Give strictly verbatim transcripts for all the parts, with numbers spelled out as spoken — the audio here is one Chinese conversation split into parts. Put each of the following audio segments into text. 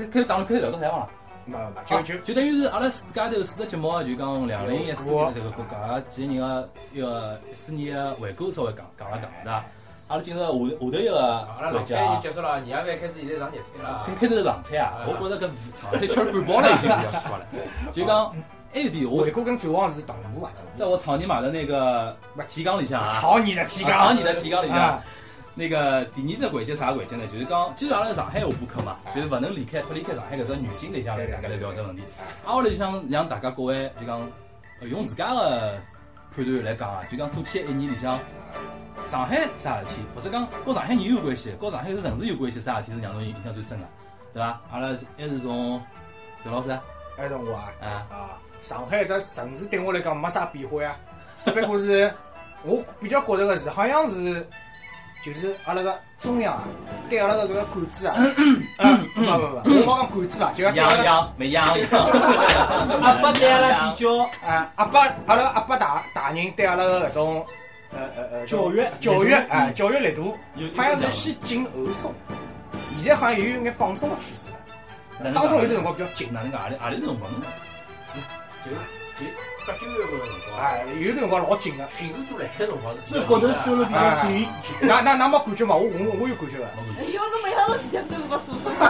开打了开聊到台湾了。 没没，就就就等于是阿拉自家头四只节目，就讲两零一四年这个搿搿几个人个一个一四年个回顾稍微讲讲了讲对伐？阿拉进入下下头一个环节啊。 结束了，年夜饭开始现在上热菜了。 开开头上菜啊，我觉着搿上菜吃了半包了已经比较习惯了。就讲还有点我回顾跟展望是同步啊。 在我草泥马的那个提纲里向啊， 草你的提纲， 草你的提纲里向。那个第二只环节啥环节呢？就是讲，既然阿拉是上海话播客嘛，就是勿能离开脱离开上海搿只语境里向来大家来聊这问题。啊，我来想让大家各位就讲，用自家的判断来讲啊，就讲过去一年里向，上海啥事体，或者讲和上海人有关系，和上海个城市有关系啥事体是让侬印象最深个，对伐？阿拉还是从刘老师， 还是我啊， 啊啊，上海这城市对我来讲没啥变化呀，只不过是我比较觉得个是，好像是。就是阿拉个中央啊，对阿拉个搿个管制啊，啊，不不不，我冇讲管制啊，就要养养没养养， 阿爸对阿拉比较， 啊，阿爸阿拉阿爸大大人对阿拉个搿种，呃呃呃， 教育教育啊，教育力度，好像是先紧后松，现在好像有一眼放松的趋势了，当中有段辰光比较紧， 哪能个？何里何里段辰光？ 就就。八九月份个辰光， 哎，有段辰光老紧个， 巡视组来海辰光是高头收入比较紧。 那那那没感觉嘛？我我我有感觉个。 哎呦，侬每趟都提天都没数数。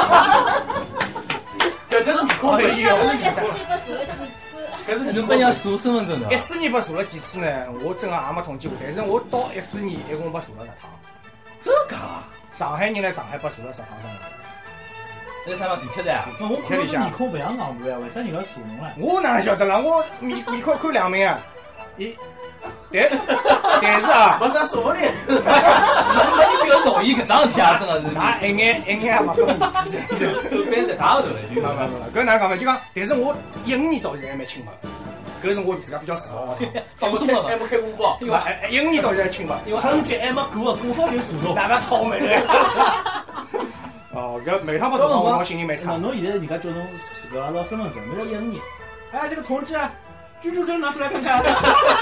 搿搿是面孔回忆哦。 我一四年没数了几次。 搿是侬拨人家数身份证的。 一四年没数了几次呢？我真个也没统计过，但是我到一四年一共没数了十趟。 这个上海人来上海被数了十趟上来。 在啥地铁站啊？ 我看到面孔勿像硬盘啊，为啥人家数侬唻？ 我哪能晓得啦？我面面孔看两面啊。伊，但但是啊， 没啥数不嘞。 那你比较容易搿桩事体啊，真的是。 那一眼一眼也勿分面子， 口碑在大后头了，就。 勿勿勿，搿哪讲嘛？就讲，但是我一五年到现在还蛮亲密，搿是我自家比较自豪的。 放松了嘛？ 还没开五包。 勿，一五年到现在亲密。 春节还没过，过好就数侬。 哪能草莓嘞？哦，搿每趟不数我，我心里蛮差。 侬现在人家叫侬搿个拿身份证，侬要一五年。哎，这个同志啊，居住证拿出来看看。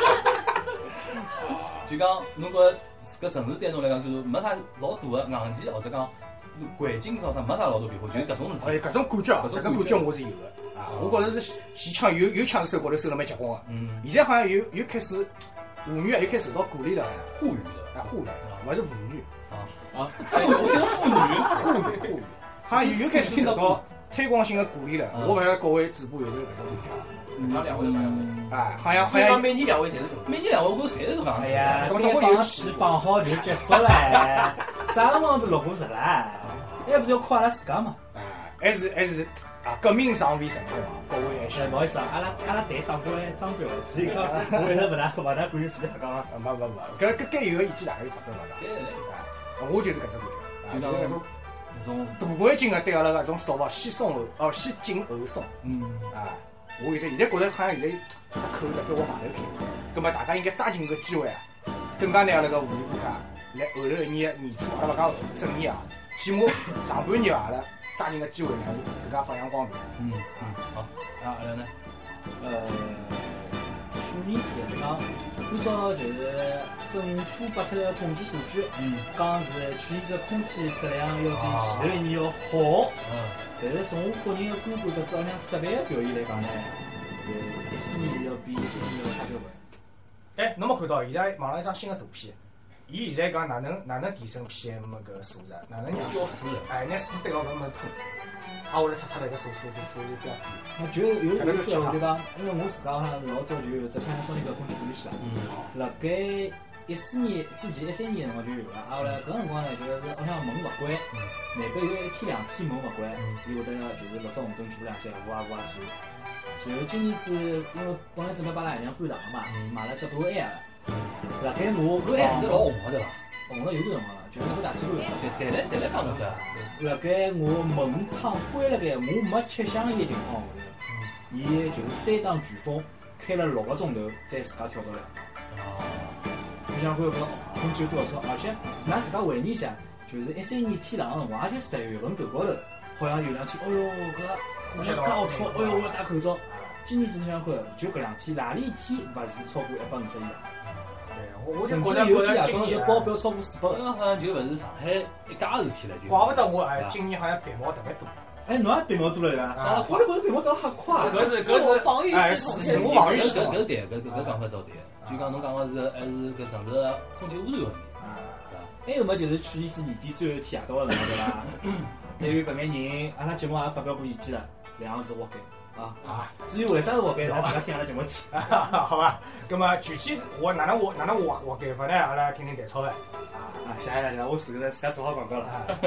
就讲，侬觉搿城市对侬来讲，就是没啥老大的硬件，或者讲环境高上没啥老大变化，就是搿种事体。 哎，搿种感觉，搿种感觉我是有的啊。我觉着是前枪有有枪手高头收了蛮结棍个。嗯。现在好像又又开始妇女啊，又开始受到鼓励了。 沪语的， 啊沪语，勿是妇女。 啊啊！我听妇女，沪语沪语，好像又开始受到推广性的鼓励了。我勿晓得各位主播有没有搿种感觉？ 那两位好像。 哎，好像好像每年两位侪是这种， 每年两位我觉着侪是搿样子。 哎呀，搿放戏放好就结束了，啥辰光都录过实啦？还不是要靠阿拉自家嘛？ 哎，还是还是啊，革命尚未成功啊！各位还是。 不好意思啊，阿拉阿拉队打过来张标，所以讲我一直勿大勿大敢随便瞎讲啊。 勿勿勿，搿搿该有个意见大家就发表了对对对。 我就是搿只感觉，就讲搿种搿种大环境个对阿拉搿种说法先松后哦，先紧后松。嗯。啊，我现在现在觉着好像现在这口在给我外头开，葛末大家应该抓紧搿个机会啊，更加拿阿拉个妇女国家来后头一年个年初，阿拉勿讲整年啊，起码上半年伐，阿拉抓紧个机会让自家发扬光大。 嗯啊好，啊阿拉呢？ 呃，去年子讲，按照就是政府拨出来个统计数据，嗯，讲是去年子空气质量要比前头一年要好，嗯，但是从个人个观感搿只好像设备个表现来讲呢，是一四年要比一三年要差交关。 哎，侬没看到现在网上一张新个图片？伊现在讲哪能哪能提升 P M 搿数值？哪能让浇水？ 哎，拿水对牢搿么喷，啊，我来擦擦那个数数数数就掉。 那就有有一句话对伐？因为我自家好像是老早就有只 Panasonic 个空气过滤器了。嗯。辣盖一四年之前一三年个辰光就有了，啊后来搿辰光呢就是好像门勿关，难怪有一天两天门勿关，伊会得就是六只红灯全部亮起来，呜啊呜啊转。然后今年子因为本来准备把拉爷娘搬上个嘛，买了只大 Air。辣盖我搿还是老红个对伐？ 红了有段辰光了，就是我大师傅用。 侪侪来侪来讲搿只。 辣盖我门窗关辣盖，我没吃香烟情况下头，伊就是三档飓风，开了六个钟头，再自家跳到两档。哦。你想看搿空气有多少？而且㑚自家回忆一下，就是一三年天冷个辰光，也就十月份头高头，好像有两天，哎哟搿空气介臭，哎哟我要戴口罩。今年子侬想看，就搿两天，哪里一天勿是超过一百五十以上？ 我甚至有天夜到要报表超过四百个。 搿好像就勿是上海一家事体了，就。 怪不得我哎，今年好像鼻毛特别多。 哎，侬也鼻毛多了对伐？ 啊我觉着鼻毛长得很快。 搿是搿是自我防御哎， 系统自我防御系统。 搿搿对，搿搿搿讲法倒对。就讲侬讲个是还是搿城市空气污染问题， 还有么就是去年子年底最后一天夜到个辰光对伐？对于搿眼人，阿拉节目也发表过意见了，两个字活该啊啊！至于为啥是活该，咱自家听阿拉节目去。 好吧，葛么具体我哪能活哪能活活该法呢？阿拉听听蛋超的啊啊，谢谢谢谢，我自个自家做好广告了。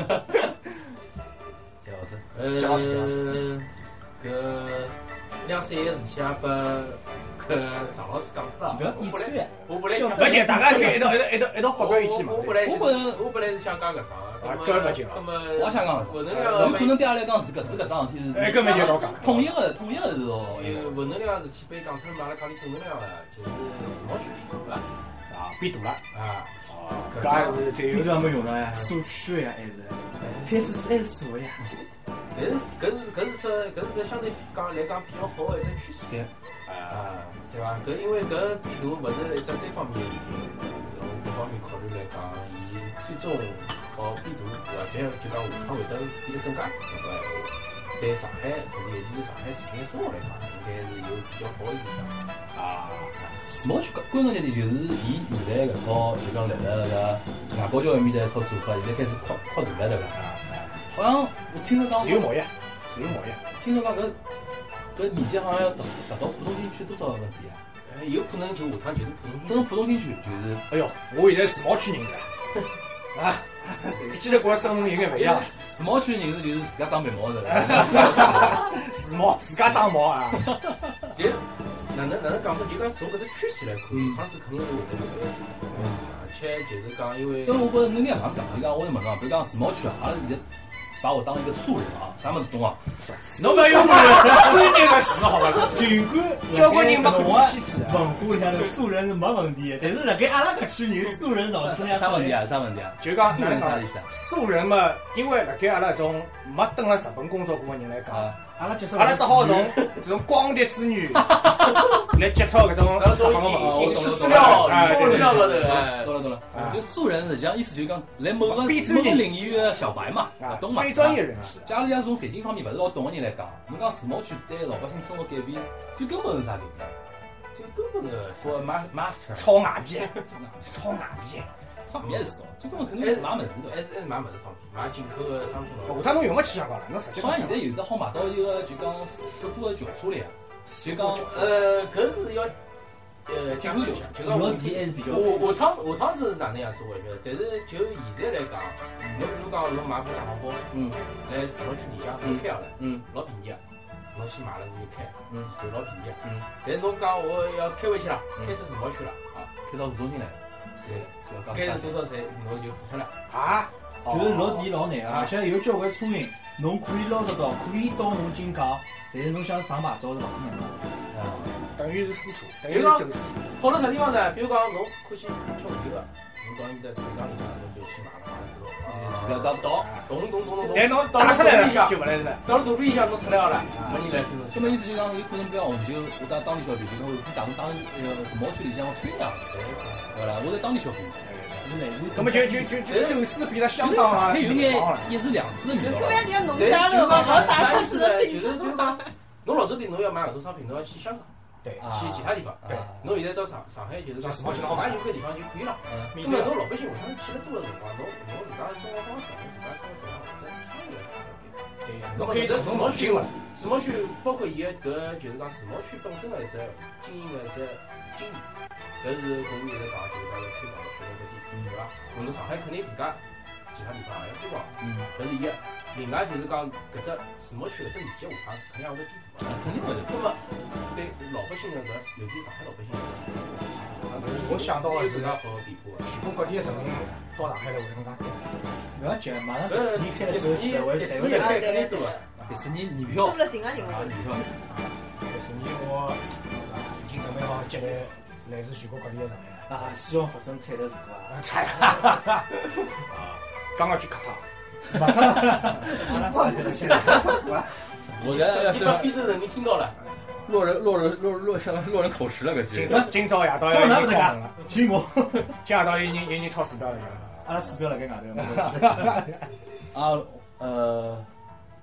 姜老师， 呃，搿两三个事体啊，拨搿常老师讲脱了。 不要抵触呀！ 我本来想， 而且大家可以一道一道一道一道发表意见嘛。 我本来我本我本来是想讲搿桩， 啊搿勿就那么我也想讲文能量有可能对阿拉来讲是搿是搿桩事体是， 哎搿没就老讲统一个统一个是哦。 因为文能量事体被讲出来嘛，阿拉讲点正能量的，就是自贸区对伐？ 啊，变大了啊， 哦，搿还是最有变大没用的呀，社区呀还是，开始是还是社会呀。 但是搿是搿是只搿是只相对讲来讲比较好的一只趋势。 对。 啊，对伐？搿因为搿变大勿是一只单方面的原因，从各方面考虑来讲，伊最终好变大，或者就讲下趟会得变得更加大个闲话，对上海，特别尤其是上海市民的生活来讲，应该是有比较好的影响。 啊， 世贸区关键点就是伊现在搿套就讲辣辣搿个外高桥埃面的一套做法，现在开始扩扩大了，对伐？好像我听说讲， 自由贸易，自由贸易， 听说讲搿搿面积好像要达达到浦东新区多少分之一啊？ 哎，有可能就下趟就是浦东真正浦东新区就是， 哎哟，我现在世贸区人了啊，比起来觉着身份有眼勿一样。 世贸区人是就是自家长鼻毛的， 世贸自家长毛啊， 就哪能哪能讲法？就讲从搿只趋势来看，下趟子肯定是会得越来越大，而且就是讲因为， 因为我觉着侬应该这样讲，就讲我就问讲，比如讲世贸区啊，阿拉现在把我当一个素人啊，啥么子懂啊？ 侬勿要用专业个词好伐？ 尽管交关人没看过片子， 文化里向头素人是没问题的，但是辣盖阿拉搿区人素人导致啥问题啊？啥问题啊？ 就讲素人啥意思啊？ 素人嘛，因为辣盖阿拉种没蹲辣日本工作过个人来讲， 阿拉接触， 阿拉只好从这种光碟子女来接触搿种日本个文影视化。 资料、 哎影视资料高头，哎， 懂了懂了。就素人实际上意思就是讲，来某个某个非专业领域的小白嘛， 啊勿懂嘛。 非专业人士。 假如讲从财经方面勿是老懂个人来讲，侬讲世贸区对老百姓生活改变最根本是啥改变？ 最根本的做 master 炒外币，炒外币。 炒别的事哦，最根本肯定是买物事的。 还是还是买物事方面，买进口的商品咯。 下趟侬用勿起香港了，侬实际好像现在有的好买到一个就讲水货的轿车了呀，就讲呃，搿是要呃进口轿车， 就讲老体还是比较。 下下趟下趟是哪能样子我也晓得，但是就现在来讲，侬比如讲侬买部大黄蜂， 嗯， 在市贸区里向开下来， 嗯， 老便宜个，侬先买了侬就开， 嗯， 就老便宜个， 嗯， 但是侬讲我要开回去了，开至市贸区了， 啊，开到市中心来了， 是， 就要讲该是多少税侬就付出了。 啊， 就是落地老难个，而且有交关车型，侬可以捞得到，可以到侬进港，但是侬想上牌照是勿可能的。 啊， 等于是私车，等于是走私车。 好了啥地方呢？比如讲侬欢喜吃红酒个，侬到埃面搭车厂里向侬就去买了买了之后， 自家当倒咚咚咚咚咚， 但侬到了打出来肚皮里向了，就勿来了。 到了肚皮里向侬出来好了，没人来收侬。 这么意思就讲有可能不要红酒，我当当地消费，就讲我打从当那个世贸区里向我穿呀，对伐？我在当地消费， 是类似。 那么就就就就走私变得相当啊， 还有眼一日两次的味道了。 因为你要农家乐嘛，我打出去的就是比如讲，侬老早点侬要买搿种商品，侬要去香港， 对， 去其他地方。 对， 侬现在到上上海就是讲世贸区好买就块地方就可以了。 嗯， 那么侬老百姓下趟去了多了辰光，侬侬自家生活方式，侬自家生活质量会得相对来讲改变。 对， 那么侬可以搿世贸区从农区了。 世贸区包括伊个搿就是讲世贸区本身的一只经营的一只经验，搿是国务院在讲，就是讲要推广的全国各地，对伐？侬上海肯定自家其他地方也要推广， 嗯， 搿是伊个。另外就是讲搿只世贸区搿只面积下趟是肯定也会变大的， 肯定会的。 那么对老百姓的搿，尤其上海老百姓的搿， 我想到的是有更加好的变化。 全国各地的人民到上海来会更加多。 不要急，马上迪士尼开了之后，社会社会也来。 开肯定多个。 迪士尼年票多了顶啊顶啊， 啊！ 年票。 迪士尼我已经准备好接待来自全国各地的人来了。 啊，希望发生彩的时光啊！ 菜啊！刚刚去客套。 马上，阿拉上就是去了。 我觉得要你把是非洲人民听到了， 落人落人落落像落人口实了，搿今是。 朝今朝夜到要已经敲门了， 徐我， 今夜到已经已经超指标了。 阿拉指标辣盖外头，没关系。 啊，呃，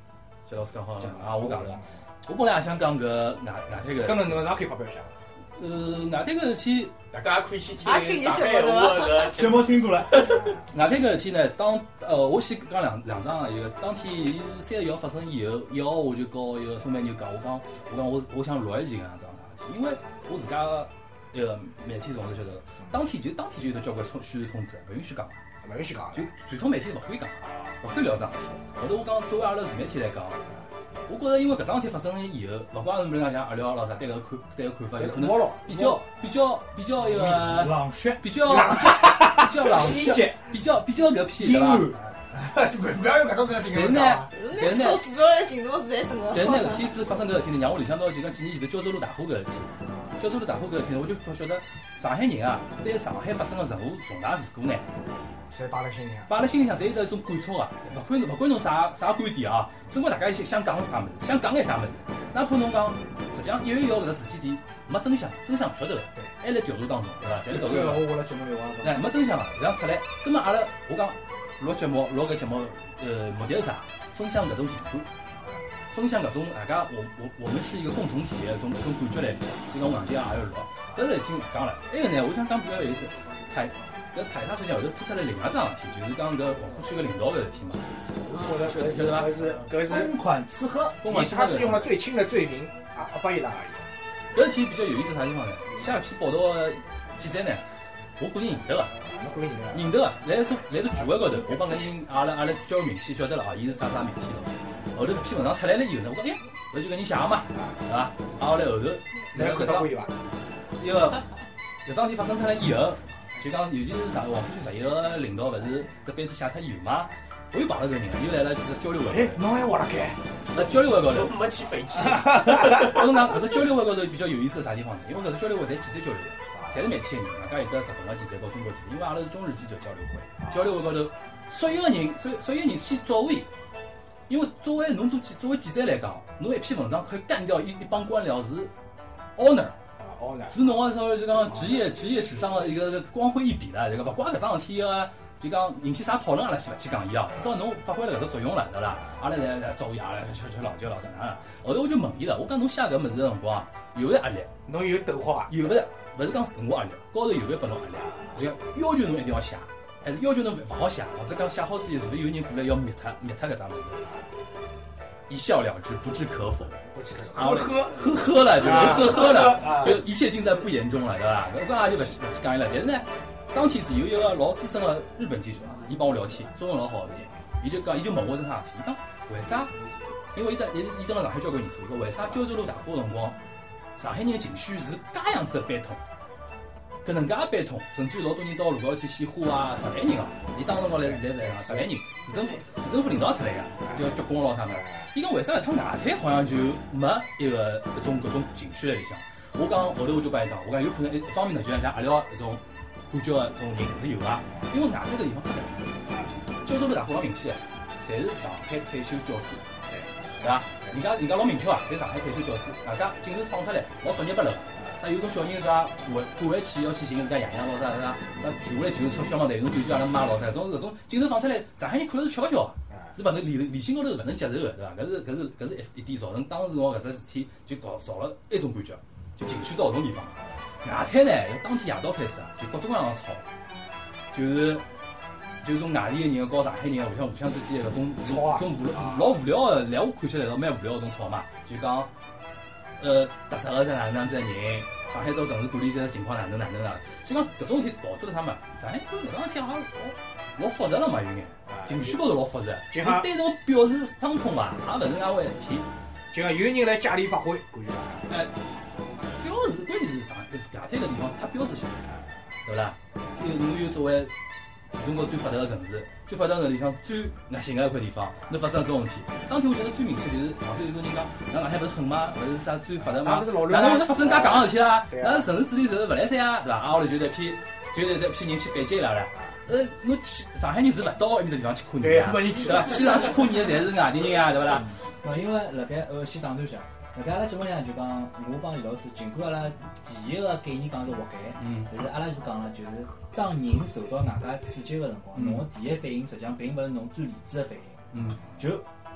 谢老师讲好啊，我讲了，我本来也想讲个外外滩个， 可能侬哪可以发表一下？ 呃，外滩个事体， 大家也可以去听上海话个节目听过了。 外滩个事体呢，当呃，我先讲两两桩，一个当天伊三十一号发生以后，一号我就告一个收买人讲，我讲我讲我我想录一期搿样桩事体，因为我自家一个媒体同事晓得，当天就当天就有得交关宣传通知，勿允许讲。 勿允许讲， 就传统媒体勿可以讲，勿可以聊桩事体。后头我讲，作为阿拉自媒体来讲，我觉着因为搿桩事体发生以后，勿管是比如讲像阿廖老啥对搿看对搿看法，有可能比较比较比较一个冷血， 比较比较冷血，比较比较搿偏对伐？ 不要用搿种这样形容词啊！但是呢， 副标来形容词才正个。 但是呢，搿天子发生搿事体呢，让我联想到就讲几年前头胶州路大火搿事体。胶州路大火搿事体，我就晓得上海人啊，对上海发生个任何重大事故呢。 侪摆辣心里向， 摆辣心里向，侪有得一种感触个。勿管勿管侬啥啥观点啊，总归大家想讲啥物事，想讲眼啥物事。哪怕侬讲，实际上一月一号搿个时间点没真相，真相勿晓得个，还辣调查当中，对伐？侪辣调查。 我我辣节目里话讲。哎，没真相个，这样出来。葛末阿拉，我讲录节目，录搿节目，呃，目的是啥？分享搿种情感，分享搿种大家，我我我们是一个共同体的一种一种感觉来，就讲我硬劲也要录。搿是已经讲了。还有呢，我想讲比较有意思，彩。搿踩踏事件后头铺出来另外一桩事体，就是讲搿黄浦区个领导搿事体嘛。 我晓得晓得伐？搿是搿是公款吃喝， 他是用了最轻的罪名啊啊八亿啦而已。 搿事体比较有意思啥地方呢？写搿篇报道个记者呢，我个人认得个， 我个人认得个，认得个。来一种来一种聚会高头，我帮搿人阿拉阿拉交流明细晓得了啊，伊是啥啥媒体的。后头搿篇文章出来了以后呢，我讲哎，搿就搿人写个嘛，对伐？啊，后来后头来看到过伊伐？ 一个搿桩事体发生脱了以后。就讲，尤其是上黄浦区十一个领导，勿是这班子写脱以后嘛，我又碰到搿人，又来了就是交流会。 哎，侬还活辣盖？ 那交流会高头没去飞机。 我跟侬讲，搿只交流会高头比较有意思是啥地方呢？因为搿只交流会侪记者交流会，侪是媒体的人，外加有得日本个记者和中国记者，因为阿拉是中日记者交流会。交流会高头，所有个人，所所有人先作为，因为作为侬做记作为记者来讲，侬一篇文章可以干掉一一帮官僚是 honor。是侬个说就讲职业职业史上的一个光辉一笔了，这个勿怪搿桩事体个，就讲引起啥讨论，阿拉先勿去讲伊啊，至少侬发挥了搿个作用了，对伐？阿拉侪在周伊阿拉吃吃老酒老啥样。后头我就问伊了，我讲侬写搿物事个辰光有压力？ 侬有逗号啊？ 有勿是？勿是讲自我压力，高头有没有拨侬压力？就讲要求侬一定要写，还是要求侬勿好写？或者讲写好之后，是勿是有人过来要灭脱灭脱搿桩物事？一笑了之，不置可否。 呵呵呵呵了，就是呵呵了，就一切尽在不言中了，对吧？搿个也就勿去勿去讲伊了。但是呢，当天子有一个老资深的日本记者，伊帮我聊天，中文老好的人，伊就讲，伊就问我是啥事体？伊讲为啥？因为伊在伊伊蹲辣上海交关年数，伊讲为啥胶州路大火辰光，上海人的情绪是介样子的悲痛？搿能介悲痛，甚至于老多人到路高头去献花啊，十万人啊！伊当辰光来来来十万人，市政府市政府领导出来个，就鞠躬咯啥物事。伊讲为啥搿趟外滩好像就没一个搿种搿种情绪辣里向？我讲后头我就帮伊讲，我讲有可能一方面呢，就像像阿廖搿种感觉个搿种人是有个，因为外滩搿地方特别是，胶州路大火老明显个，侪是上海退休教师，对伐？人家人家老明确个，侪上海退休教师，大家镜头放出来老作业不漏。啥有种小人啥回赶回去要去寻人家爷娘咯啥啥，那聚下来就是消消防队，侬救救阿拉妈咯啥，搿种搿种镜头放出来，上海人看了是吃勿消，是勿能理理性高头勿能接受个，对伐？搿是搿是搿是一一点造成当时我搿只事体就搞造了一种感觉，就情绪到搿种地方。外滩呢，当天夜到开始啊，就各种各样的吵，就是就是从外地个人和上海人互相互相之间搿种吵种无老无聊个，来我看起来倒蛮无聊搿种吵嘛，就讲。呃，特色个是哪能样子个人？上海到城市管理这情况哪能哪能啊？所以讲搿种事体导致了他们上海搿桩事体好像老老复杂了嘛，有眼情绪高头老复杂。就像单纯表示伤痛嘛，也勿是那回事体。 就像有人来家里发挥，感觉哎，主要是关键是上外滩搿地方太标志性，对勿啦？有侬有作为中国最发达个城市，最发达个地方最恶心个一块地方，侬发生这种事体，当天我觉得最明显就是上次有种人讲，咱上海勿是狠吗？勿是啥最发达吗？哪能会得发生介戆个事体啦？那城市治理就是勿来三啊，对伐？啊，后来就一批，就一批人去反击伊拉了。呃，侬去上海人是勿到埃面搭地方去看人啊，对伐？去上去看人个侪是外地人啊，对勿啦？ 嗯，因为辣盖呃先打断一下。辣盖阿拉节目里向就讲，我帮李老师，尽管阿拉第一个概念讲是活该，嗯，但是阿拉是讲了，就是当人受到外界刺激个辰光，侬个第一反应实际上并勿是侬最理智个反应，嗯，就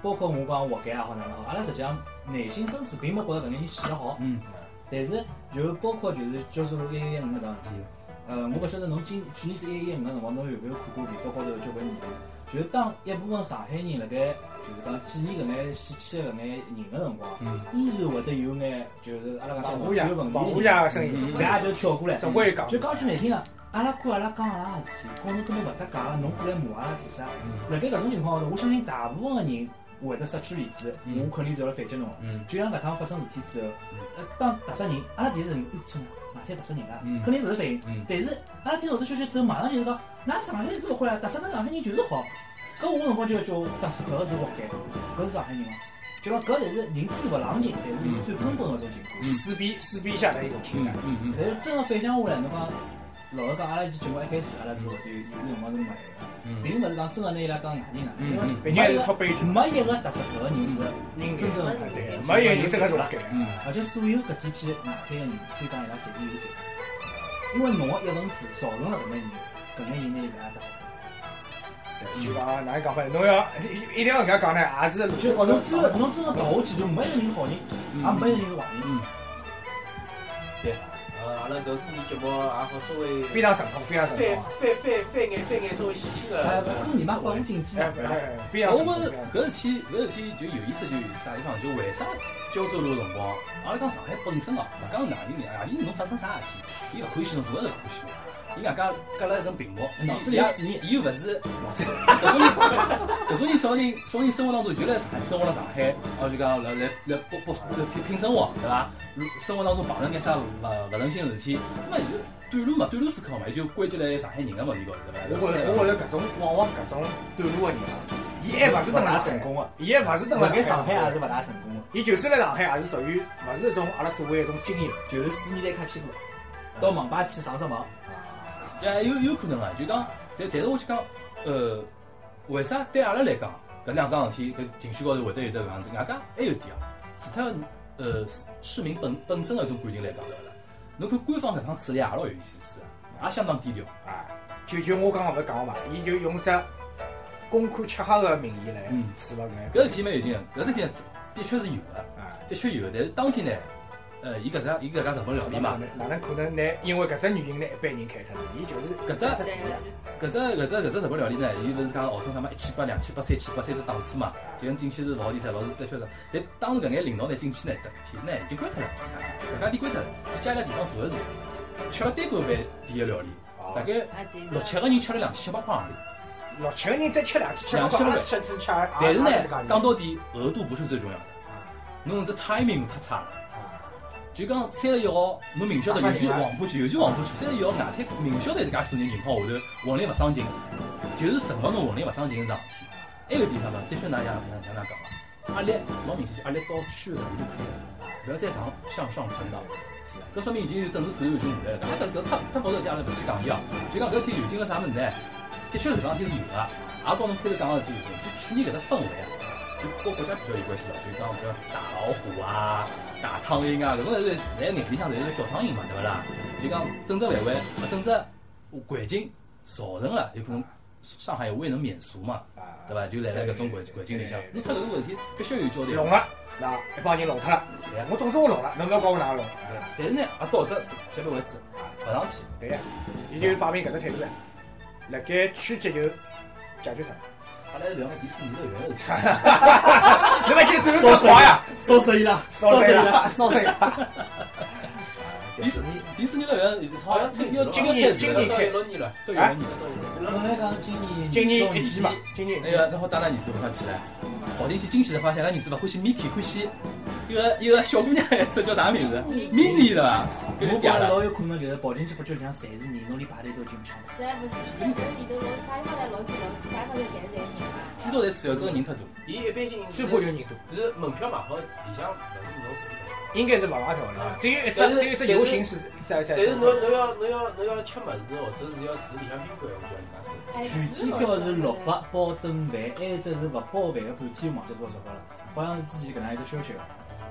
包括我讲活该也好哪能好，阿拉实际上内心深处并没觉着搿眼人死得好。 嗯。 但是就包括就是交收路一一一五搿桩事体，呃，我勿晓得侬今去年是一一一五个辰光，侬有没有看过微博高头有交关言论？就是当一部分上海人辣盖就是讲纪念搿眼死去的搿眼人个辰光，依然会得有眼就是阿拉讲讲具有问题保护家个声音， 搿也就跳过来， 总归讲， 就讲句难听个。阿拉看阿拉讲阿拉个事体，跟侬根本勿搭界个，侬过来骂阿拉做啥？辣盖搿种情况下头，我相信大部分个人会得失去理智，我肯定是要来反击侬个。就像搿趟发生事体之后，呃，当踏杀人，阿拉第一时间，哟，真个哪天踏杀人啦？肯定是反应。但是阿拉听到这消息之后，马上就是讲，㑚上海人是勿好啦，踏杀㑚上海人就是好。搿我辰光就要叫当时搿个是活该，搿是上海人嘛？就讲搿才是人最勿冷静，但是人最根本个种情况。 撕逼撕逼下的一种情感。 嗯嗯。 但是真个反响下来，侬讲。老实讲，阿拉期节目一开始，阿拉是会对有辰光是骂伊个，并勿是讲真个拿伊拉当外人啊，因为毕竟还是出悲剧， 没一个踏实脱个人是真正的对，没一个人真个是活该。 而且所有搿天去外滩个人，可以讲伊拉侪是有罪，因为侬个一份子造成了搿眼人，搿眼人拿伊拉踏实脱。 对，就讲哪能讲法呢？侬要一定要搿样讲呢，也是就侬真个侬真个倒下去，就没一个人是好人，也没一个人是坏人。 对。 呃，阿拉搿过年节目也好稍微非常顺畅，非常顺畅。 翻翻翻翻眼翻眼稍微喜庆个。 哎，过年嘛，保护经济嘛。 非常顺畅。 我觉着搿事体搿事体就有意思，就有意思啥地方？就为啥胶州路辰光，阿拉讲上海本身哦，勿讲哪里人，哪里人侬发生啥事体，伊勿欢喜侬，做个是勿欢喜侬。伊外加隔了一层屏幕， 脑子里有水， 伊又勿是搿种人，搿种人少人少人生活当中就辣上海生活辣上海，哦就讲来来来不不拼拼生活，对伐？生活当中碰着眼啥勿勿人性事体，那么就短路嘛，短路思考嘛，伊就归结辣上海人个问题高头，对伐？ 我觉着我觉着搿种往往搿种短路个人啊，伊还勿是等辣成功个， 伊还勿是等辣盖上海也是勿大成功个。 伊就算辣上海也是属于勿是一种阿拉所谓一种精英， 就是四年代开屁股，到网吧去上只网。 哎，有有可能啊，就讲，但但是我去讲，呃，为啥对阿拉来讲，搿两桩事体搿情绪高头会得有得搿样子？外加还有点啊，除脱呃市民本本身个一种感情来讲，对勿啦？侬看官方搿趟处理也老有意思，也相当低调。 啊，就就我刚刚勿是讲个嘛，伊就用只公开吃喝个名义来处罚搿。 搿事体蛮有劲个，搿事体的确是有个，啊，的确有个，但是当天呢。呃，伊搿只伊搿家日本料理嘛， 哪能可能呢？因为搿只原因呢，一般人开脱了，伊就是搿只搿只搿只搿只日本料理呢，伊勿是讲号称啥么一千八、两千八、三千八三只档次嘛，就跟进去是勿好点噻，老是的确是。但当时搿眼领导呢进去呢，搿体呢已经关脱了，搿家店关脱了，就加一个地方坐的是，吃了单管饭点个料理，大概六七个人吃了两千八块行钿， 六七个人再吃两千七百块，吃吃吃。 但是呢，讲到底额度不是最重要的，侬这 timing 太差了。就讲三十一号，侬明晓得有句黄浦区，有句黄浦区，三十一号外滩明晓得自家所人情况下头混力勿上进，就是承诺侬混力勿上进个桩事体。还有地方嘛，的确，㑚像像像㑚讲个，压力老明显，就压力到区个层面就可以了，勿要再上向上升到。是，搿说明已经有政治看头已经下来了。搿搿太太否则阿拉勿去讲伊哦，就讲搿天有劲了啥物事呢？的确是搿桩事体是有个，也帮侬开头讲个就是，就去年搿只氛围啊。就跟国家比较有关系了，就讲搿大老虎啊、大苍蝇啊，搿种是在眼里向侪是小苍蝇嘛，对勿啦？就讲政治范围、政治环境造成了，有可能上海未能免俗嘛，对伐？就来了搿种环环境里向，侬出搿个事体必须要有交代。 弄了，那一帮人弄脱了，我总之我弄了，侬勿要讲我哪能弄。 但是呢，也导致结果为止，勿上去。 对呀，伊就摆明搿只态度了，辣盖区级就解决脱。 阿拉聊个迪士尼乐园的事体， 那么就最后说呀， 烧死伊拉， 烧死伊拉，烧死伊拉。 迪士尼迪士尼乐园好像要今年今年开六年了， 都有六年了。 本来讲今年今年一季嘛，今年那个那好带㑚儿子晚上起来，跑进去惊喜的发现，㑚儿子勿欢喜 Mickey， 欢喜一个一个小姑娘，这叫啥名字 ？Minnie 对伐？ 我觉着老有可能就是跑进去发觉里向侪是人，侬连排队都进不上。 对，不是，一开始里头啥地方来老挤老挤，啥地方侪是人嘛。 最多侪次要真个人太多。 伊一般性最怕就人多， 是门票买好里向勿是侬自己。 应该是勿买票了，只有一只只有一只游行是在在。 但是侬侬要侬要侬要吃物事或者是要住里向宾馆，我叫人家收。 全天票是六百包顿饭，还有一只是勿包饭个半天，忘记多少钞票了，好像是之前搿能一只消息个。但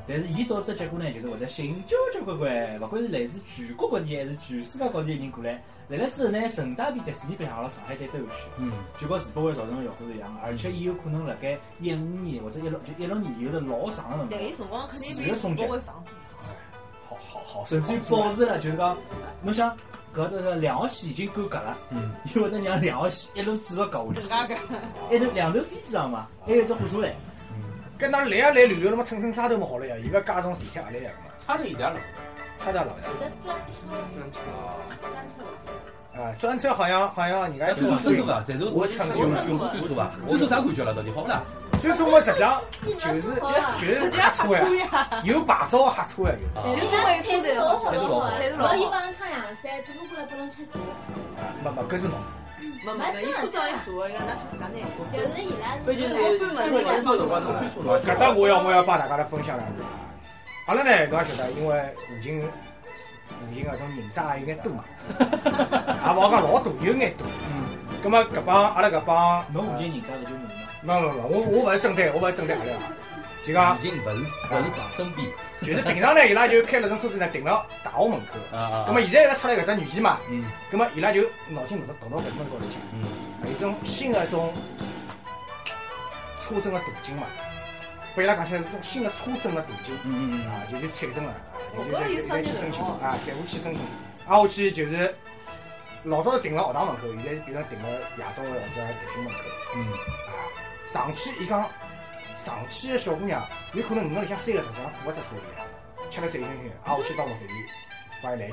但是伊到只结果呢，就是会得吸引交交关关，勿管是来自全国各地还是全世界各地的人过来。来了之后呢，顺带便迪士尼白相阿拉上海再兜一圈， 嗯， 就和世博会造成的效果是一样的，而且伊有可能辣盖一五年或者一六就一六年以后的老长的辰光， 对，伊辰光肯定持比世续冲击博会长。 好好好， 甚至于保持了，就是讲，侬想搿这个两号线已经够格了， 嗯， 伊会得让两号线一路继续搞更下去， 加搿。 一头两头飞机场嘛，还有一只火车站。 跟那来也来旅游，那么蹭蹭沙头么好了呀，伊个加上地铁也来呀嘛， 差头一点了。 差点老呀。 有的专车，专车。 啊，专车好像好像人家最初乘过伐？在座我乘过用用过最初伐？最初啥感觉了？到底好不啦？ 最初我实际上就是就是黑车呀，有牌照的黑车呀有。 就因为开头好， 开头老好开头老好。伊帮人唱洋山，只不过来帮人吃茶。 啊，没没，搿是侬。 没没没，伊车长一坐，伊讲拿去自家拿。就是伊拉。 关键是这个年头的话，侬最初侬。 搿搭我要我要帮大家来分享两句啊。阿拉呢，侬也晓得，因为附近附近搿种人渣有眼多嘛，也勿好讲老多，有眼多。嗯。葛末搿帮阿拉搿帮侬附近人渣勿就侬嘛？ 没没没，我我勿是针对，我勿是针对阿拉啊，就讲已经勿是勿是讲身边， 就是平常呢，伊拉就开了种车子呢停了大学门口。 啊啊。 葛末现在伊拉出来搿只软件嘛， 嗯。 葛末伊拉就脑筋动到动到搿只门高头去。 嗯。 有种新的种车震的途径嘛，拨伊拉讲起来是种新的车震的途径。 嗯嗯嗯。 啊，就去产生了，就在现在去申请啊，财务去申请。挨下去就是老早是停了学堂门口，现在变成停了夜总会或者地铁门口。 嗯。 啊，上去伊讲上去的小姑娘，有可能五个里向三个实际上扶勿只车里，吃了醉醺醺，挨下去到目的地，帮伊来一句，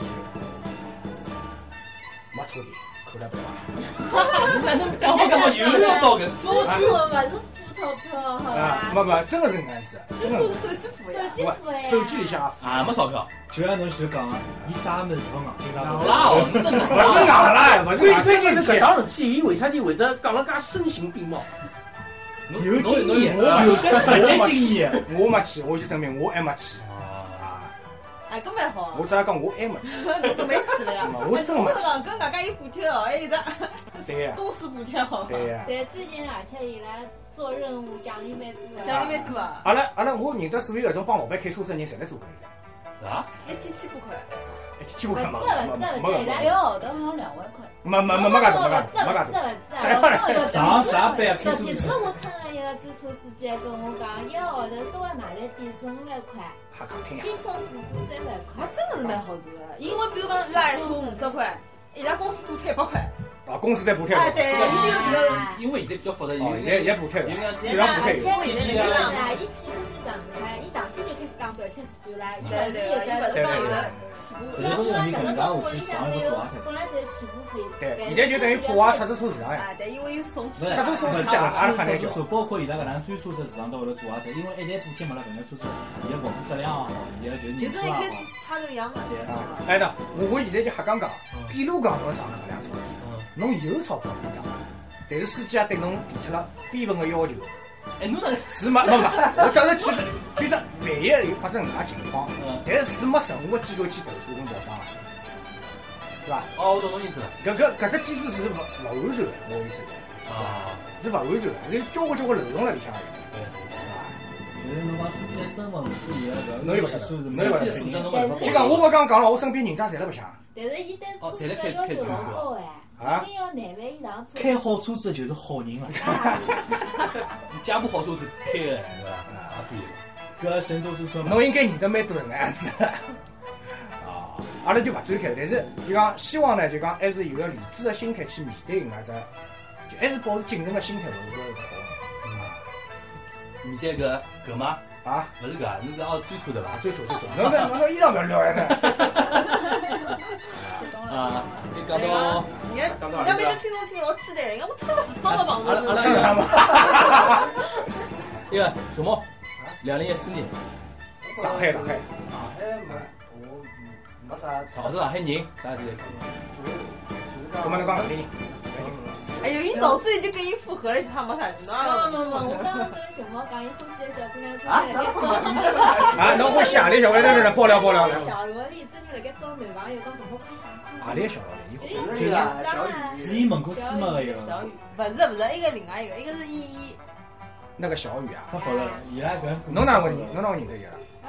没车里。扣了百万， 那侬讲好讲好又要到搿租车勿是付钞票好伐？ 没没，真的是搿样子，真的。 手机付呀， 手机付呀，手机里向也没钞票。 就像侬前头讲个，伊啥物事勿硬劲啦？ 硬啦，哦，真硬勿是硬啦，勿是硬， 关键是搿桩事体，伊为啥体会得讲了介声情并茂？ 有经验， 我有实际经验。 我没去，我就证明我还没去。 哎，搿蛮好。 我只要讲我还没去， 我都没去了呀。 我是真没去。 跟大家有补贴哦，还有得对呀， 公司补贴好。 对呀。 对，最近而且伊拉做任务奖励蛮多的。奖励蛮多啊。 阿拉阿拉我认得所有搿种帮老板开车子的人，侪来做搿个。 是啊。 一天七百块。 一天七百块嘛？ 不止不止，伊拉一个号头好像两万块。 没没没没搿多，没搿多，没搿多。 上啥班啊？ 昨天子我乘了一个专车司机跟我讲，一个号头稍微买了点十五万块。轻松自助三万块，真的是蛮好做的。因为比如讲拉一车五十块，伊拉公司补贴一百块。 啊，公司在补贴。 哎，对，一定是个。 因为现在比较复杂， 哦，也也补贴，应该质量补贴。 而且现在那个啊，伊起步是上开，伊上去就开始讲半天时间啦。对对，伊勿是讲有的起步， 这个问题更加下去上一个做本来只有起步费。 对，现在就等于破坏出租车市场呀。 对，因为有送。 不是， 出租车市场也很难叫。 包括伊拉搿能专车子市场都会得做下头，因为一旦补贴没了，搿眼车子伊个服务质量也好，伊个就是就跟一开始差头一样嘛。 对啊。哎呐，我我现在就瞎讲讲，比如讲侬上搿辆车子。侬有钞票付账，但是司机也对侬提出了低分的要求。 哎，侬那是没没没，我只是举举着万一有发生搿能介情况，但是是没任何机构去投诉跟保障的，对伐？ 哦，我懂侬意思了。 搿搿搿只机制是勿勿完善的，我意思。 啊， 是勿完善的，有交关交关漏洞辣里向个。 对， 是伐？ 就是侬讲司机的身份或者伊个侬又勿系数是侬又勿司机素质侬勿就讲我勿刚讲了，我身边人渣侪辣白相。 但是伊对哦，侪辣开要求开专老高哎。 啊！ 一定要廿万以上车。 开好车子就是好人了。 加部好车子开个，对伐？也可以。 搿神州租车， 侬应该认得蛮多人个样子。啊，阿拉就勿展开，但是就讲希望呢，就讲还是有个理智的心态去面对搿能只，就还是保持谨慎的心态，我觉着好。啊， 面对搿搿吗？ 啊， 勿是搿，侬是哦追车对伐？ 追车追车，侬侬侬衣裳勿要撩呀呢。 啊，你讲到， 你看，那边的听众听老期待，因为我蹭了趟了网阿拉阿拉蹭了趟嘛。 一个熊猫，两零一四年， 上海上海。 上海没，我没啥。 我是上海人，啥事体？ 就是就是讲。 搿么侬讲哪里人？ 哎呦，伊脑子里就跟伊复合了，其他没啥子。 没没没，我刚刚跟熊猫讲，伊欢喜的小姑娘啊啥？ 啊，侬欢喜何里小姑娘？来爆料爆料。 小萝莉最近辣盖找男朋友，讲什么快想快。 何里小萝莉？ 就是啊，小雨。 是伊门口私密个一个。 小雨，不是不是，一个另外一个，一个是依依。 那个小雨啊， 太服了，伊拉搿。 侬哪会认？侬哪会认得伊拉？ 啊，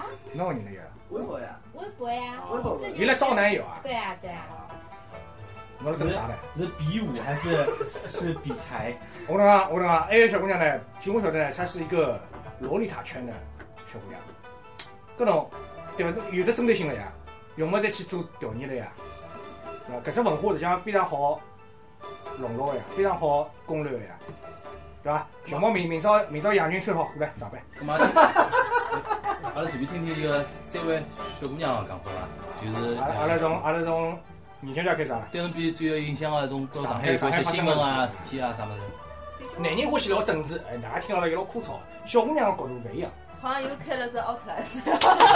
哪个人的有？ 微博呀， 微博呀， 微博原来招男有啊？ 对啊对啊。 我是干啥的？ 是比武还是是比财？ 我跟你讲，我跟你讲，那个小姑娘呢，据我晓得呢，她是一个洛丽塔圈的小姑娘。搿种对伐？有的针对性的呀，用么再去做调研的呀。啊，搿只文化实际上非常好笼络的呀，非常好攻略的呀，对伐？小猫明明朝明朝杨军穿好过来上班。 咁嘛，阿拉随便听听这个三位小姑娘讲法伐？就是阿拉阿拉从阿拉从年轻点开始啊。 对侬比最有印象的种跟上海有关些新闻啊、事体啊啥物事。 男人欢喜聊政治，哎，大家听了也老枯燥。小姑娘的角度勿一样。 好像又开了只奥特莱斯。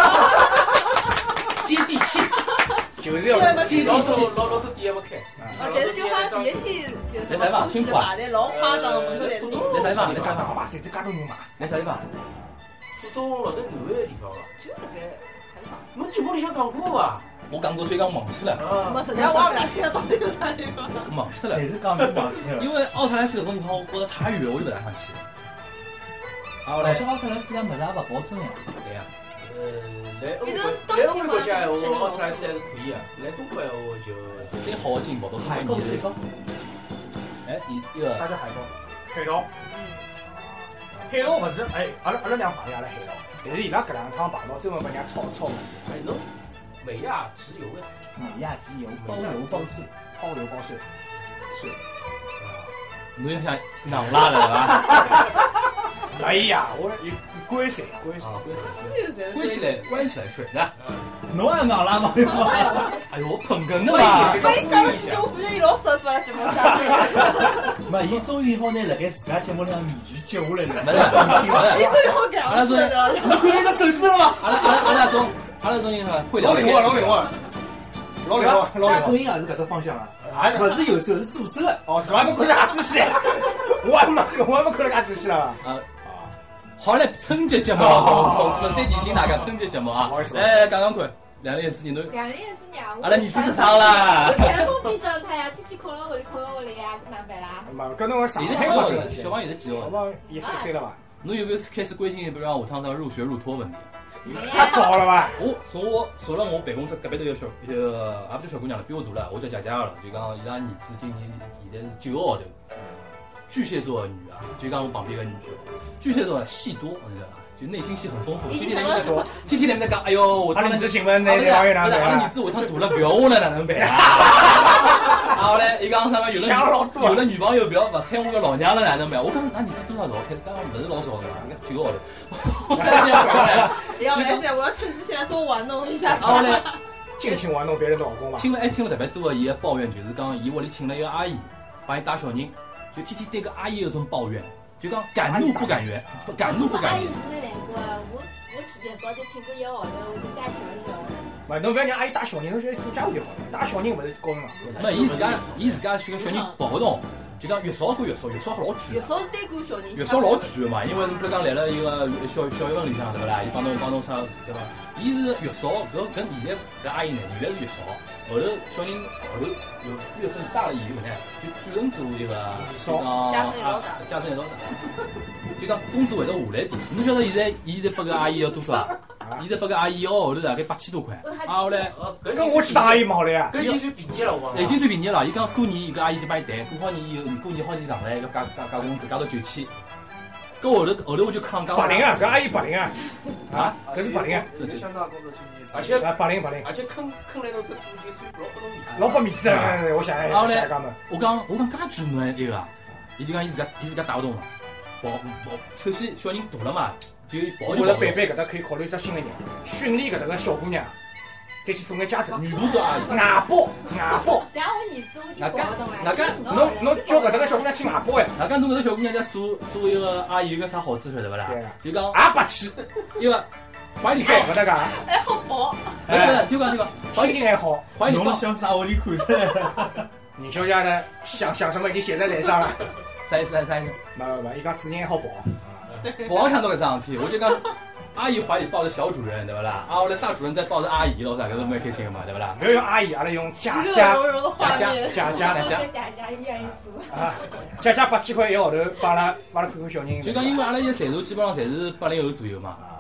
接地气，就是要接老地气。 多老老多店还没开。 哦，但是就好像第一天就是来啥地方？清华。 摆的老夸张，门口在人。 来啥地方？来啥地方？ 哇塞，这介多人嘛！ 来啥地方？ 浦东老头南湾的地方伐？ 就那个海旁。 侬节目里向讲过伐？ 我讲过，所以讲忘记了。 没，实际上我也勿大记得到底有啥地方。 忘记了。 谁是讲你忘记了？ 因为奥特莱斯搿种地方，我觉得太远，我就勿大想去。啊， 好像奥特莱斯家物事也勿保证呀。 对呀。 呃，来欧国，来欧美国家闲话，奥特莱斯还是可以啊。来中国闲话就最好的进步都是海沟最高。 哎，一一个啥叫海沟？海盗。海盗勿是哎，阿拉阿拉俩碰见阿拉海盗，但是伊拉搿两趟碰到专门拨人家抄抄的。 哎，侬美亚直邮的。 美亚机油包邮包税， 包邮包税，税。 侬要想硬拉的伐？ 哎呀，我一关税关税关税，关起来关起来税的。 侬也硬拉嘛？ 哎呦，我捧哏的嘛！ 我一讲了几句，我发现伊老适合做阿拉节目嘉宾。 没，伊终于好拿辣盖自家节目里向面具接下来了。 伊终于好讲了。 阿拉种， 侬看伊只手势了吗？ 阿拉阿拉阿拉种，阿拉种人哈会聊。 老灵活，老灵活，老灵活，老灵活。 家头音也是搿只方向啊。啊，勿是有手是左手的。 哦，是伐？侬看啥仔细？我还没我还没看了介仔细了。 啊。好嘞，春节节目，同志们再提醒大家，春节节目啊！哎，讲讲看，两零一四年侬， 两零一四年， 阿拉儿子十三啦！ 全部闭状态呀，天天困了屋里，困了屋里呀，哪办啦？ 没，搿侬上现在几号了？小王现在几号？ 小王也十岁了吧？ 侬有没有开始关心，比如讲下趟到入学入托问题？ 太早了吧？ 我从我坐了我办公室隔壁头有小，呃，也不叫小姑娘了，比我大了，我叫姐姐了。就讲伊拉儿子今年现在是九个号头，巨蟹座的女啊，就讲我旁边个女婿。巨蟹座戏多，你知道吧？就内心戏很丰富。天天在多，天天在在讲，哎呦，我他儿子请问那两位哪能？ 阿拉儿子下趟大了不要我了，哪能办啊？然后嘞，伊讲啥么？有了有了女朋友不要勿睬我个老娘了，哪能办？我讲那儿子多少少？开刚刚不是老少的嘛，应该九个号头。我这样讲嘞。 要来噻，我要趁机现在多玩弄一下。 然后嘞， 尽情玩弄别人的老公嘛。 听了还听了特别多的伊个抱怨，就是讲伊屋里请了一个阿姨，帮伊带小人，就天天对个阿姨有种抱怨。就讲敢怒不敢言，不敢怒不敢言。 阿姨是没来过，我我去年早就请过一个号头，我就假请了一个号头。 勿，侬勿要让阿姨带小人，侬就做家务就好了。带小人勿是高兴嘛？ 没，伊自家伊自家选个小人跑勿动，就讲月嫂归月嫂，月嫂老贵。 月嫂是单管小人。 月嫂老贵个嘛，因为侬比如讲来了一个小小月份里向对勿啦？伊帮侬帮侬啥对伐？伊是月嫂，搿搿现在搿阿姨呢，原来是月嫂，后头小人后头有月份大了以后呢，就转成做一个嫂， 加成一道大， 加成一道大。就讲工资会得下来点，侬晓得现在伊现在拨个阿姨要多少啊？现在拨个阿姨一个号头大概八千多块。啊，后来跟我去当阿姨嘛好了呀。 搿已经算便宜了，我。 已经算便宜了。伊讲过年搿阿姨就帮伊谈，过好年以后，过年好年上来，搿加加加工资加到九千。搿后头后头我就抗讲。 八零啊，搿阿姨八零啊。啊，搿是八零啊。 这就相当工作经验。 而且啊，八零八零。 而且坑坑来侬搿做就算老不侬面子。 老不面子啊！我想想想想讲嘛。 我讲我讲介贵侬埃个啊，伊就讲伊自家伊自家带勿动了。保保，首先小人大了嘛，就保就保。 我辣贝贝搿搭可以考虑一只新的人，训练搿搭个小姑娘，再去做眼家政。 女部做阿姨， 外包外包。 像我儿子，我就搞不懂了。 哪个侬侬叫搿搭个小姑娘去外包哎？ 哪个侬搿个小姑娘家做做一个阿姨有个啥好处晓得勿啦？就讲也白去， 一个怀里抱搿搭个， 还好薄。 不是不是，就讲那个怀里还好， 怀里抱。 向啥屋里看出来了？ 宁小姐呢，想想什么已经写在脸上了。 啥意思？啥意思？ 没没没，伊讲主人还好保。 保看到搿桩事体，我就讲阿姨怀里抱着小主人，对不啦？啊，后来大主人在抱着阿姨，老啥，搿是蛮开心的嘛，对不啦？ 不要用阿姨，阿拉用家家家家家家家家家愿意做啊，家家八千块一个号头，帮阿拉帮阿拉看看小人。 就讲因为阿拉现在财产基本上侪是八零后左右嘛，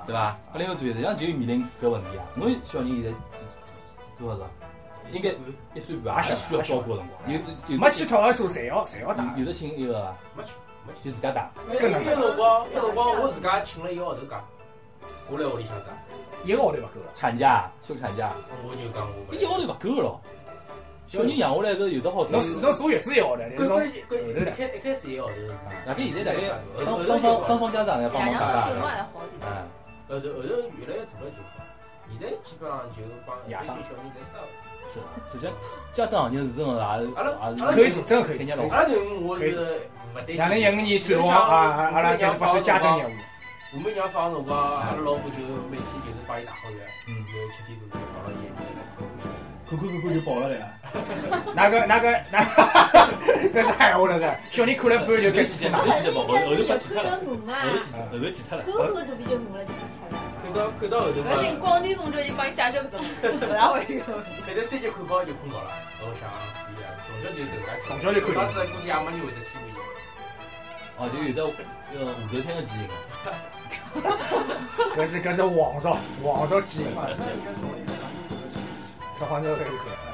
对伐？八零后左右，实际上就面临搿问题啊。侬小人现在多少个？应该一岁半，也需要照顾个辰光。有有没去托儿所，侪要侪要打。 有的请一个伐？ 没去，没去， 就自家打。 那辰光，那辰光我自家请了一个号头假，我来屋里向打。 一个号头勿够了。 产假，休产假。 我就讲我。 一个号头勿够了。小人养下来搿有的好。 侬侬坐月子一个号头， 搿搿搿一开一开始一个号头。 大概现在大概双双方双方家长来帮忙打打。 手还好点。 嗯。 后头后头越来越大了就好，现在基本上就帮爷生小人在打。 是，实际上家长行业是真个也是阿拉也是可以做，真个可以。 参加老阿拉队伍我是勿担心。 两零一五年转行啊，阿拉开始发展家政业务。 我们娘放辰光，阿拉老婆就每天就是帮伊打好药，嗯，就七点多就到了医院来看。 看看看看就跑了呀！ 那个那个那，搿是海话了是，小人看了半就开始前头记得跑，后头把记脱了， 后后头记脱，后头记脱了。 口口肚皮就麻了，就不吃了。 看到看到后头嘛， 搿人广电总局已经帮伊解决搿种搿大回一个问题。 现在三节看好就困觉了，我想对呀，从小就搿能介， 从小就看。 当时估计也没人会得欺负伊。 哦，就有的呃武则天的基因。 搿是搿是皇族皇族基因。小黄牛可以可以。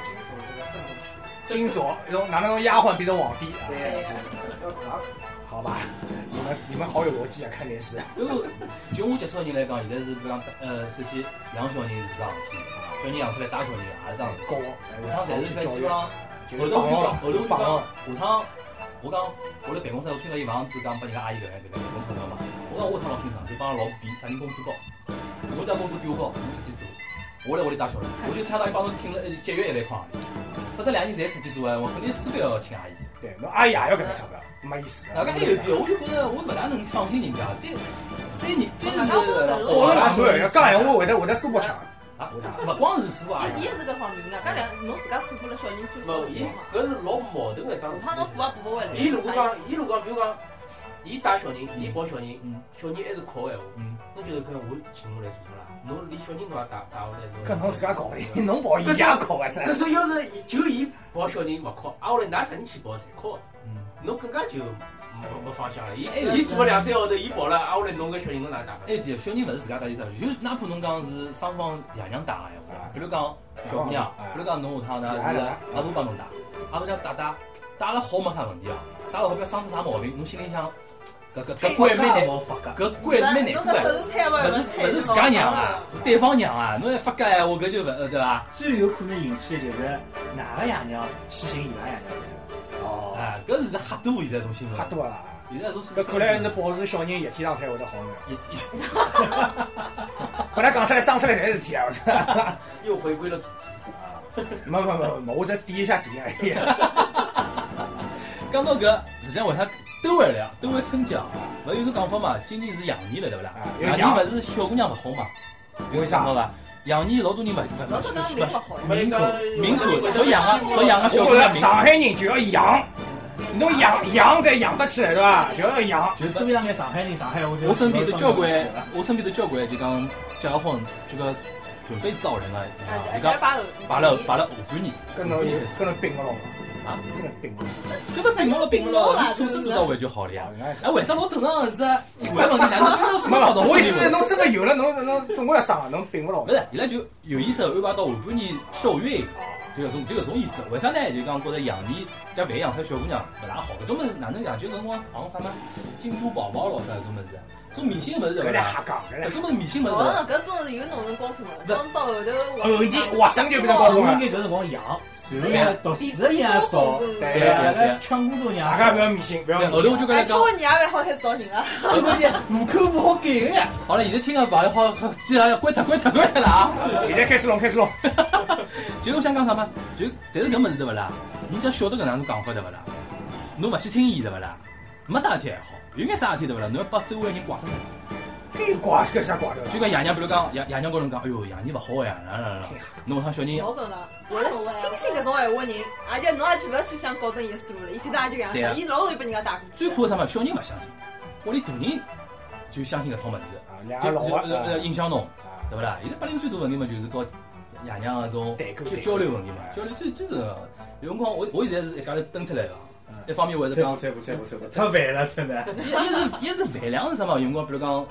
金锁从哪能从丫鬟变成皇帝？ 对，要卡。 好吧，你们你们好有逻辑啊，看电视。 因为就我接触的人来讲，现在是比如讲呃，首先养小人是桩事体，小人养出来带小人也是桩事体。 高， 下趟侪是基本上，后头我就讲，后头我就讲，下趟我讲我辣办公室我听到一房子讲拨人家阿姨搿样搿样搿种钞票嘛，我讲我趟老清爽，就帮老婆比啥人工资高，我家工资比我高，侬出去做。我来屋里带小人，我就看到伊帮侬听了节约一万块行钿，否则两人侪出去做啊，我肯定势必要请阿姨。 对，侬阿姨也要搿个钞票，没意思。 啊，搿还有点，我就觉着我勿大能相信人家，这这人这是我哪会要讲闲话会得会得苏北腔啊？勿光是苏阿姨， 伊是搿方面个，搿两侬自家错过了小人最勿，伊搿是老矛盾个一桩事。 下趟侬补也补勿回来。 伊如果讲，伊如果讲，比如讲，伊带小人，伊抱小人，小人还是哭个闲话，侬觉得搿我请我来做啥啦？侬连小人侬也带带下来， 搿侬自家搞的，侬抱伊也哭个噻。 搿是要是就伊抱小人勿哭，挨下来㑚啥人去抱侪哭个，侬更加就没没方向了。伊伊做了两三个号头，伊抱了，挨下来侬搿小人侬哪带？ 哎对，小人勿是自家带就啥，就哪怕侬讲是双方爷娘带个闲话，比如讲小姑娘，比如讲侬下趟呢是阿婆帮侬带，阿婆讲带带带了好没啥问题啊，带了好不要生出啥毛病，侬心里想。搿搿搿关蛮难，搿关蛮难过个，勿是勿是自家娘啊，是对方娘啊，侬还发搿闲话，搿就勿对伐？ 最有可能引起的就是哪个爷娘去寻伊拉爷娘。 哦， 哎，搿是吓多现在种新闻， 吓多啦！ 现在种搿看来是保持小人一天上开会得好呢。 一天， 本来讲出来生出来侪事体啊！ 又回归了主题。 没没没没，我只点一下点而已。 讲到搿，实际上为啥？兜回来，兜回春节，勿有种讲法嘛？今年是羊年了，对勿啦？羊年勿是小姑娘勿好嘛？ 为啥？ 好伐？羊年老多人勿勿勿民口民口，所养个所养个小姑娘。 上海人就要养，侬养养才养得起来，对伐？就要养。 就多养眼上海人，上海话。 我身边的交关，我身边的交关就讲结了婚，这个准备造人了，就讲摆了摆了下半年， 跟侬跟侬并勿牢。 啊， 不能并了， 搿不并了并了，你措施做到位就好了呀。哎，为啥老正常个事啊？社会问题难道跟侬怎么搞到？ 我意思，侬真个有了，侬侬总归要生个，侬并勿牢。 不是，伊拉就有意识安排到下半年受孕，就搿种就搿种意思。为啥呢？就讲觉着羊年加万养出小姑娘勿大好，搿种物事哪能讲？就搿辰光好像啥么金猪宝宝咯，啥搿种物事。种迷信物事对伐？搿种物事迷信物事。 哦，搿种是有弄成高深个，到到后头后期活生就变成高深了。 应该搿辰光养，然后读书的人也少，对个抢工作人也少。 大家不要迷信，不要。 后头我就跟他讲， 吃年夜饭好开始找人了。 这个是户口不好改个呀。 好了，现在听个朋友好，既然要关脱关脱关脱了啊！ 现在开始弄开始弄。 就我想讲啥嘛？就但是搿物事对勿啦？人家晓得搿能种讲法对勿啦？侬勿去听伊对勿啦？没啥事体还好，有眼啥事体对勿啦？侬要把周围人挂上来。 这挂搿啥挂的？ 就讲爷娘，比如讲爷爷娘跟侬讲，哎哟，爷年勿好呀，哪哪哪，侬下小人。 老搿个，我是听信搿种闲话人，而且侬也就勿要去想搞正伊个思路了，伊反正也就搿样想，伊老容易被人家打过去。 最苦的啥嘛？小人勿相信，屋里大人就相信搿套物事，就就呃影响侬，对勿啦？现在八零最大问题嘛，就是搞爷娘搿种交交流问题嘛，交流最最重要。有辰光我我现在是一家头蹲出来个。一方面会是讲， 不错不错不错，太烦了真的。 一是一是饭量是啥嘛？有辰光比如讲，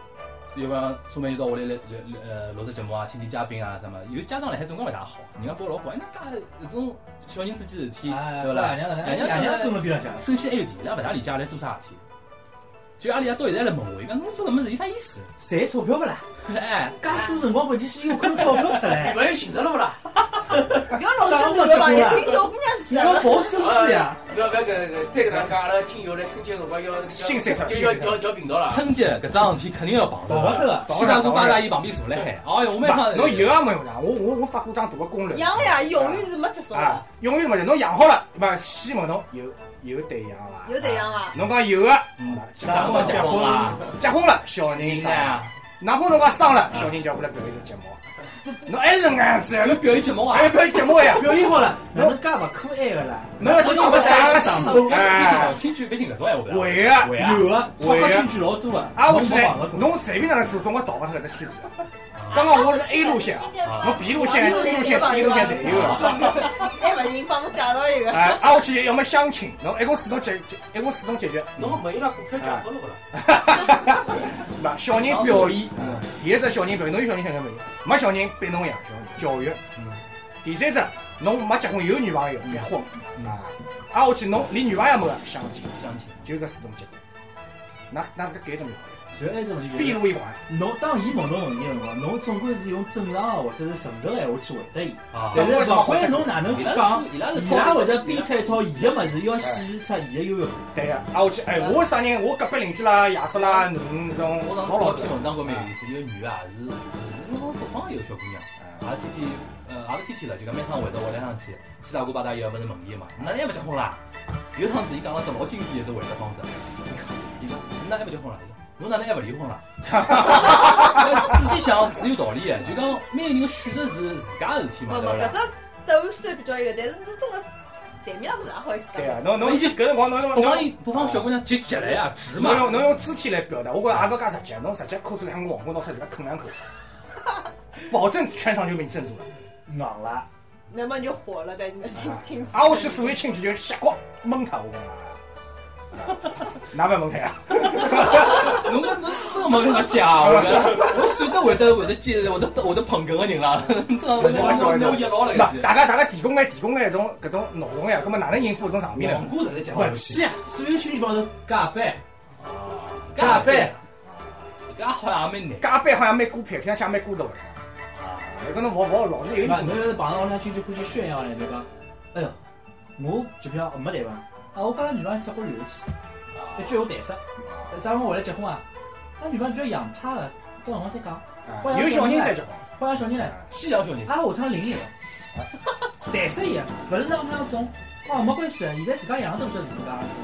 要不然苏梅就到屋里来来呃录只节目啊，听听嘉宾啊什么。有家长来海总归勿大好，人家觉着老怪，那介搿种小人之间事体，对勿啦？ 爷娘爷娘娘跟了边浪向。 首先还有点，伊拉勿大理解阿拉做啥事体。就阿拉爷到现在来问我，伊讲侬做搿么事有啥意思？ 赚钞票勿啦？ 哎， 介许辰光关键是有坑钞票出来。 勿有寻着了勿啦？ 不要老是这个行业，新小姑娘去你要保身子呀！ 不要搿个再搿能介，阿拉听友来春节辰光要新三条， 要调调频道了。 春节搿桩事体肯定要碰到的。 七大姑八大姨旁边坐辣海，哎哟，我每趟侬有也没用的，我我我发过张大个攻略。 养呀，永远是没结束的。 永远没结束，侬养好了，对伐？先问侬有有对象伐？ 有对象伐？ 侬讲有啊， 啥辰光结婚啊？ 结婚了，小人生啊。哪怕侬讲生了，小人叫过来表演只节目。侬还是搿样子， 侬表演节目啊？ 还表演节目呀？ 表演好了，哪能介勿可爱个啦？ 侬要去弄个啥上手？ 哎，新剧毕竟搿种闲话不会啊， 有啊，超级进去老多个。 啊，我去来，侬随便哪能做，总归逃勿脱搿只圈子。刚刚我是 A 路线，侬 B 路线、C 路线、D 路线侪有个。还勿行，帮侬介绍一个。 哎，啊，我去要么相亲，侬一共四种解，一共四种解决。 侬问伊拉股票价好了勿啦？ 勿，小人表演，第一只小人表演，侬有小人小人表演，没小人逼侬养小人教育。第三只，侬没结婚有女朋友结婚啊，啊，我去侬连女朋友没个相亲， 相亲就搿四种结果。那那是个改种就好了。 就埃种问题， 闭路一环。 侬当伊问侬问题个辰光，侬总归是用正常个或者是诚实个闲话去回答伊。 啊， 但是勿管侬哪能去讲，伊拉会得编出一套伊个物事，要显示出伊个优越感。 对个，啊，我去，哎，我是啥人？我隔壁邻居啦、爷叔啦、囡那种， 我上老篇文章高蛮有意思，一个女个也是，因为我北方有个小姑娘，也是天天，呃，也是天天了，就讲每趟回到屋里向去，七大姑八大姨勿是问伊嘛，哪能还勿结婚啦？有趟子伊讲了只老经典个只回答方式，伊讲哪还勿结婚啦？侬哪能还勿离婚啦？仔细想是有道理个，就讲每个人个选择是自家个事体嘛，对勿啦？ 搿只答案虽然比较一个，但是侬真个台面上哪好意思讲？ 对啊，侬侬已经搿辰光侬侬北方伊北方小姑娘急急来呀，直嘛。 侬用侬用肢体来表达，我觉着也勿介直接，侬直接抠出两个黄瓜拿出来自家啃两口，保证全场就被你镇住了， 硬了。 那么你就火了，但你们听听。 啊，我去所有亲戚就瞎光蒙他，我讲啊。哪办蒙他呀？ 侬搿侬真个没跟我讲，我搿我算得会得会得接会得会得捧哏个人啦，真个我我一老了搿。 大家大家提供眼提供眼搿种搿种内容呀，搿么哪能应付搿种场面呢？ 光实在讲勿去啊！所有亲戚帮头加班， 加班，搿好像也蛮难。 加班好像蛮孤僻，听上去也蛮孤独个。啊，搿侬勿勿老是有。 勿，侬要是碰上屋里向亲戚欢喜炫耀呢，就讲，哎哟，我机票没谈伐？啊，我帮拉女朋友出国旅游去，一句话谈死。啥辰光回来结婚啊？那女朋友比较洋派个，到辰光再讲。 有小人再结婚， 欢迎小人来， 西洋小人。 啊，下趟领一个，谈死伊个，勿是让那种。哦，没关系，现在自家养都不晓得自家是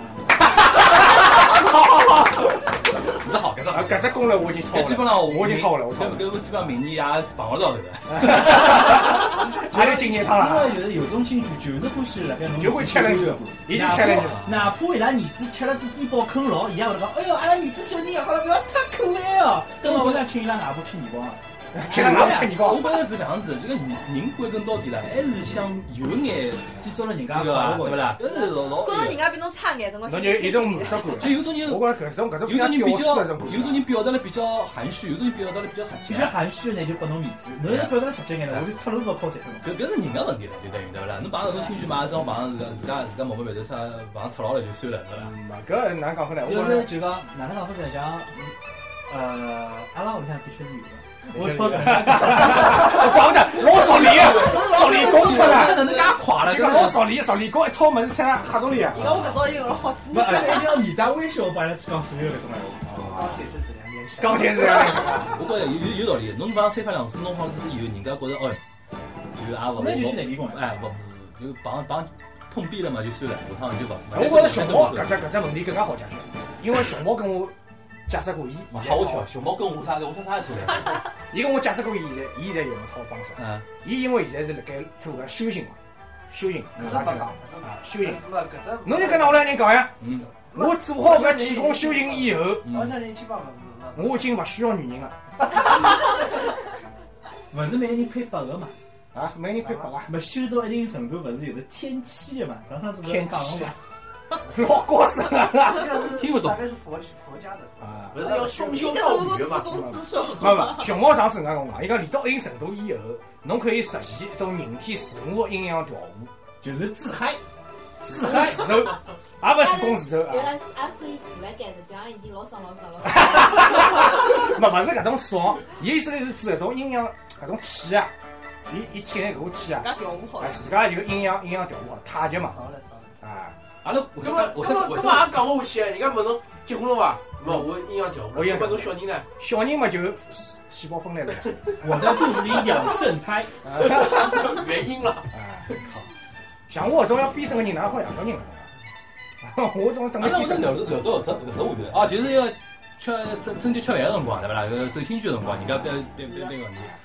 搿只好，搿只好， 搿只攻略我已经抄了。 基本上我已经抄了，我抄了。 搿搿基本上明年也碰勿到搿个。 还有今年趟了。 因为就是有种亲戚就是欢喜辣盖侬就会吃了一伊就吃了一哪怕伊拉儿子吃了只低保啃牢，伊也会讲，哎哟，阿拉儿子小人养好了，不要太可爱哦。等到我想请伊拉外婆吃年糕啊。 吃了哪吃年糕？ 我觉着是搿样子，这个人归根到底了，还是想有眼记住了人家对伐？对勿啦？搿是老老。 觉着人家比侬差眼，辰光。 侬就一种物质感， 就有种人， 我觉着搿种搿种有种人比较，有种人表达了比较含蓄，有种人表达了比较实际。 比较含蓄呢，就拨侬面子；侬要表达了实际眼呢，我就出路都靠三分。 搿搿是人个问题了，就等于对勿啦？侬碰搿种亲戚嘛，这种碰自家自家自家毛病办得出，碰出牢了就算了，对伐？ 搿哪能讲法呢？ 要是就讲哪能讲法子像，呃，阿拉屋里向的确是有的。我操！ 我讲的老少理，少理工出来， 现在能介垮了， 这个老少理，少理工一套门出来吓着你啊！ 伊讲我搿招有了好几年，而且一定要面带微笑帮人家去讲所有搿种闲话。钢铁是怎样炼成？ 钢铁是怎样炼成？ 我觉着有有有道理。侬帮三番两次弄好之后，人家觉着哦，就也勿那就去内地工了。 哎，勿就帮帮碰壁了嘛，就算了，下趟就勿。 我觉着熊猫搿只搿只问题更加好解决，因为熊猫跟我。解释过伊， 吓我跳！熊猫跟我啥的，我跳啥出来？ 伊跟我解释过伊现在，伊现在用一套方式。 嗯。 伊因为现在是辣盖做个修行嘛，修行。 搿只勿讲， 啊，修行。 勿搿只。 侬就跟㑚屋里人讲呀。 嗯。 我做好搿气功修行以后， 我相信去帮我已经勿需要女人了。 勿是每个人配八个嘛？ 啊，每个人配八个。 没修到一定程度，勿是有的天气的嘛？上趟子天气。 老高深啊！ 听不懂大概是佛佛家的啊， 不是要双修一个道如果侣嘛自？动自首， 没没，熊猫上是搿能讲，伊讲练到一定程度以后，侬可以实现一种人体自我阴阳调和， 就是自嗨， 自嗨自受，也勿是自攻自受啊对。个也可以自来盖的，这样已经老爽老爽了。 没勿是搿种爽，伊意思是指搿种阴阳搿种气啊，伊伊体内搿股气啊， 自家调和好哎，。自家就阴阳阴阳调和好，太极嘛， 糟了糟了， 啊， 阿拉我搿么我搿么我搿么也讲勿下去啊！人家问侬结婚了伐？没，我阴阳调和。 我阴阳问侬小人呢？ 小人嘛就细胞分裂了， 我在肚子里养肾胎。 原因了。 啊，靠，像我搿种要逼生个人，哪好养个人啊？我这种准备逼生阿拉我是聊聊到搿只搿只话题啊，就是一个吃春春节吃饭个辰光，对勿啦？搿走亲戚个辰光，人家别别别别个问题。